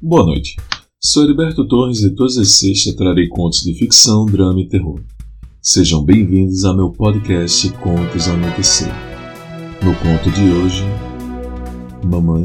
Boa noite, sou Heriberto Torres e todas as sextas trarei contos de ficção, drama e terror. Sejam bem-vindos ao meu podcast Contos ao Anoitecer. No conto de hoje, Mamãe.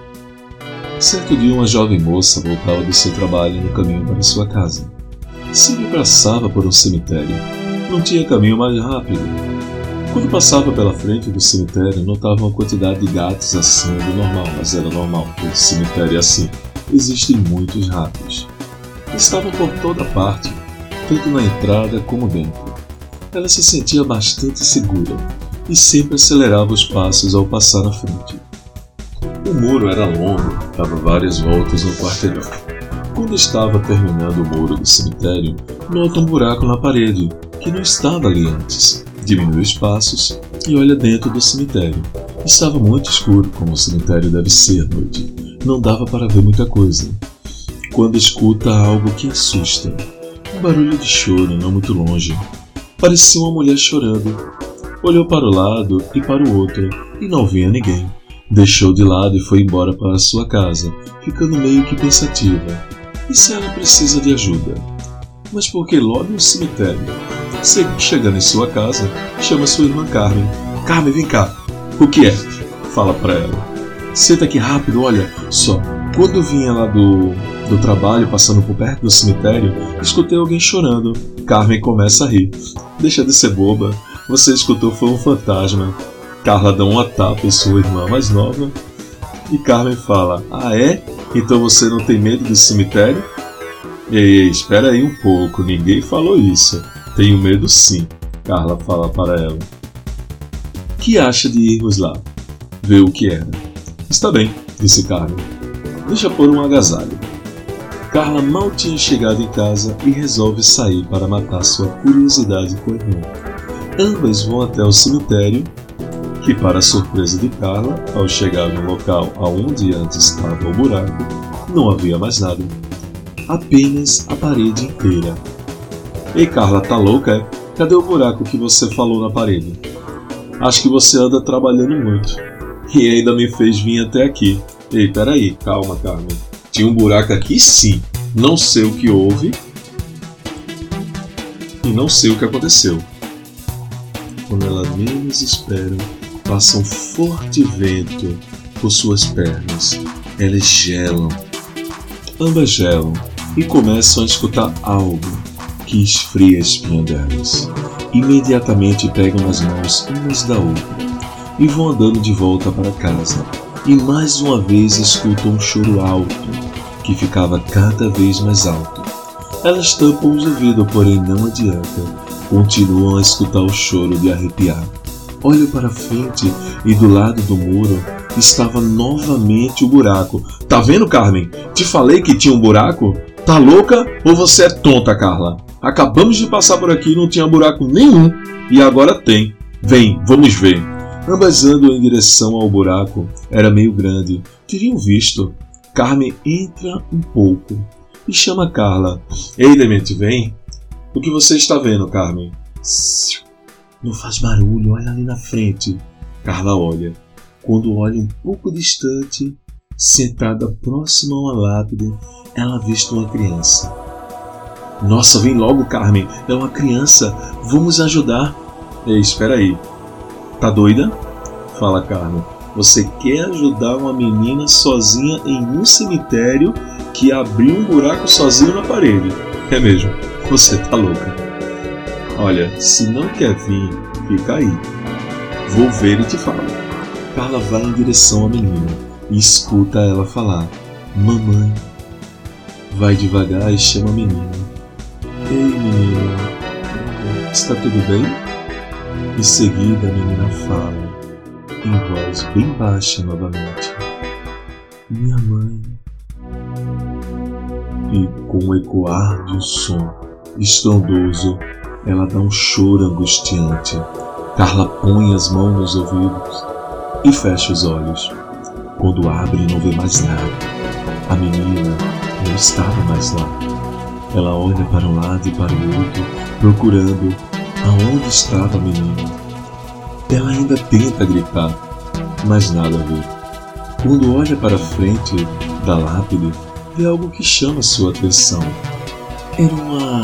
Certo dia uma jovem moça voltava do seu trabalho no caminho para sua casa. Sempre passava por um cemitério, não tinha caminho mais rápido. Quando passava pela frente do cemitério, notava uma quantidade de gatos acima do normal, mas era normal, porque o cemitério é assim. Existem muitos ratos. Estavam por toda parte, tanto na entrada como dentro. Ela se sentia bastante segura e sempre acelerava os passos ao passar na frente. O muro era longo, dava várias voltas no quarteirão. Quando estava terminando o muro do cemitério, nota um buraco na parede, que não estava ali antes. Diminui os passos e olha dentro do cemitério. Estava muito escuro, como o cemitério deve ser à noite. Não dava para ver muita coisa. Quando escuta algo que assusta. Um barulho de choro não muito longe. Parecia uma mulher chorando. Olhou para o lado e para o outro e não via ninguém. Deixou de lado e foi embora para sua casa, ficando meio que pensativa. E se ela precisa de ajuda? Mas por que logo no cemitério? Chegando em sua casa, chama sua irmã Carmen. Carmen, vem cá. O que é? Fala para ela. Senta aqui rápido, olha só. Quando eu vinha lá do trabalho, passando por perto do cemitério, escutei alguém chorando. Carmen começa a rir. Deixa de ser boba. Você escutou foi um fantasma. Carla dá uma tapa em sua irmã mais nova. E Carmen fala, ah é? Então você não tem medo do cemitério? Ei, espera aí um pouco, ninguém falou isso. Tenho medo sim, Carla fala para ela. Que acha de irmos lá? Ver o que era. Está bem, disse Carmen. Deixa pôr um agasalho. Carla mal tinha chegado em casa e resolve sair para matar sua curiosidade com a irmã. Ambas vão até o cemitério, que para a surpresa de Carla, ao chegar no local aonde antes estava o buraco, não havia mais nada. Apenas a parede inteira. Ei Carla, tá louca, é? Cadê o buraco que você falou na parede? Acho que você anda trabalhando muito. E ainda me fez vir até aqui. Ei, peraí, calma, Carmen. Tinha um buraco aqui sim. Não sei o que houve. E não sei o que aconteceu. Quando ela menos espera, passa um forte vento por suas pernas. Elas gelam. Ambas gelam e começam a escutar algo que esfria a espinha delas. Imediatamente pegam as mãos umas da outra e vão andando de volta para casa. E mais uma vez escutam um choro alto, que ficava cada vez mais alto. Elas tampam os ouvidos, porém não adianta. Continuam a escutar o choro de arrepiar. Olham para frente e do lado do muro estava novamente o buraco. Tá vendo, Carmen? Te falei que tinha um buraco? Tá louca ou você é tonta, Carla? Acabamos de passar por aqui e não tinha buraco nenhum. E agora tem. Vem, vamos ver. Ambas andam em direção ao buraco. Era meio grande. Teriam visto. Carmen entra um pouco e chama Carla. Ei, Demente, vem. O que você está vendo, Carmen? Não faz barulho, olha ali na frente. Carla olha. Quando olha um pouco distante, sentada próxima a uma lápide, ela avista uma criança. Nossa, vem logo, Carmen. É uma criança. Vamos ajudar. Ei, espera aí. Tá doida? Fala Carmen. Você quer ajudar uma menina sozinha em um cemitério que abriu um buraco sozinho na parede? É mesmo. Você tá louca. Olha, se não quer vir, fica aí. Vou ver e te falo. Carla vai em direção à menina e escuta ela falar. Mamãe. Vai devagar e chama a menina. Ei, menina. Está tudo bem? Em seguida a menina fala, em voz bem baixa novamente. Minha mãe. E com o ecoar de um som estrondoso, ela dá um choro angustiante. Carla põe as mãos nos ouvidos e fecha os olhos. Quando abre, não vê mais nada. A menina não estava mais lá. Ela olha para um lado e para o outro, procurando aonde estava a menina. Ela ainda tenta gritar, mas nada a ver. Quando olha para a frente da lápide, vê algo que chama sua atenção. Era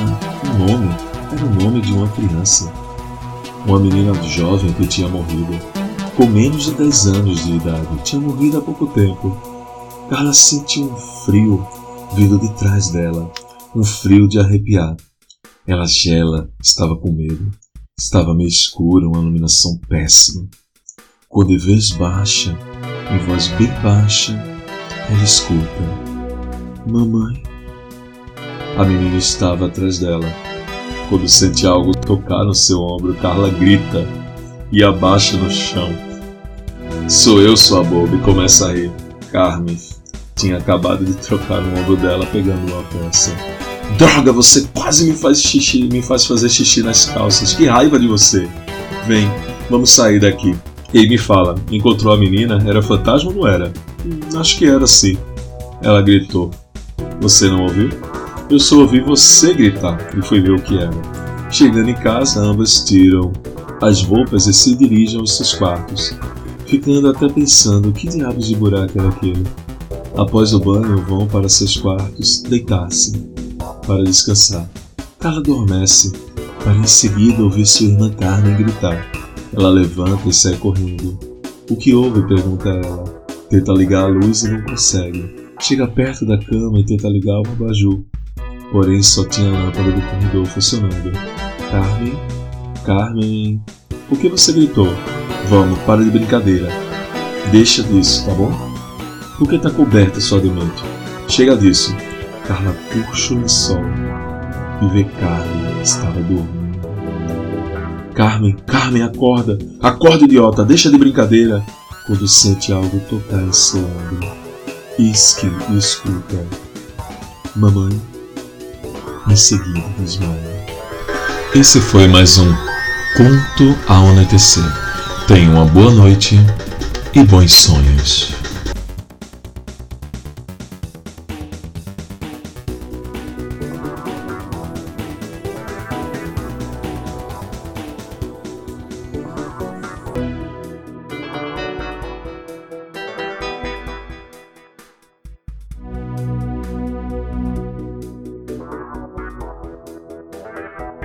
o nome de uma criança. Uma menina jovem que tinha morrido, com menos de 10 anos de idade. Tinha morrido há pouco tempo. Carla sentiu um frio vindo de trás dela, um frio de arrepiar. Ela gela, estava com medo. Estava meio escura, uma iluminação péssima. Quando em vez baixa, em voz bem baixa, ela escuta: "Mamãe." A menina estava atrás dela. Quando sente algo tocar no seu ombro, Carla grita e abaixa no chão. "Sou eu, sua boba", e começa a rir. Carmen tinha acabado de trocar no ombro dela, pegando uma peça. "Droga, você quase me faz fazer xixi nas calças. Que raiva de você. Vem, vamos sair daqui." E me fala, encontrou a menina? Era fantasma ou não era? Acho que era sim. Ela gritou. Você não ouviu? Eu só ouvi você gritar e fui ver o que era. Chegando em casa, ambas tiram as roupas e se dirigem aos seus quartos, ficando até pensando que diabos de buraco era aquele. Após o banho, vão para seus quartos deitar-se para descansar. Carla adormece, para em seguida ouvir sua irmã Carmen gritar. Ela levanta e sai correndo. O que houve? Pergunta ela. Tenta ligar a luz e não consegue. Chega perto da cama e tenta ligar o abajur. Porém, só tinha a lâmpada do corredor funcionando. Carmen, por que você gritou? Vamos, para de brincadeira. Deixa disso, tá bom? Por que tá coberta suavemente? Chega disso. Carla puxa o lençol e vê Carmen estava dormindo. Carmen, acorda! Acorda, idiota! Deixa de brincadeira! Quando sente algo tocar em seu ombro, isque e escuta. Mamãe, em seguida desmaia. Esse foi mais um Conto ao Anoitecer. Tenha uma boa noite e bons sonhos.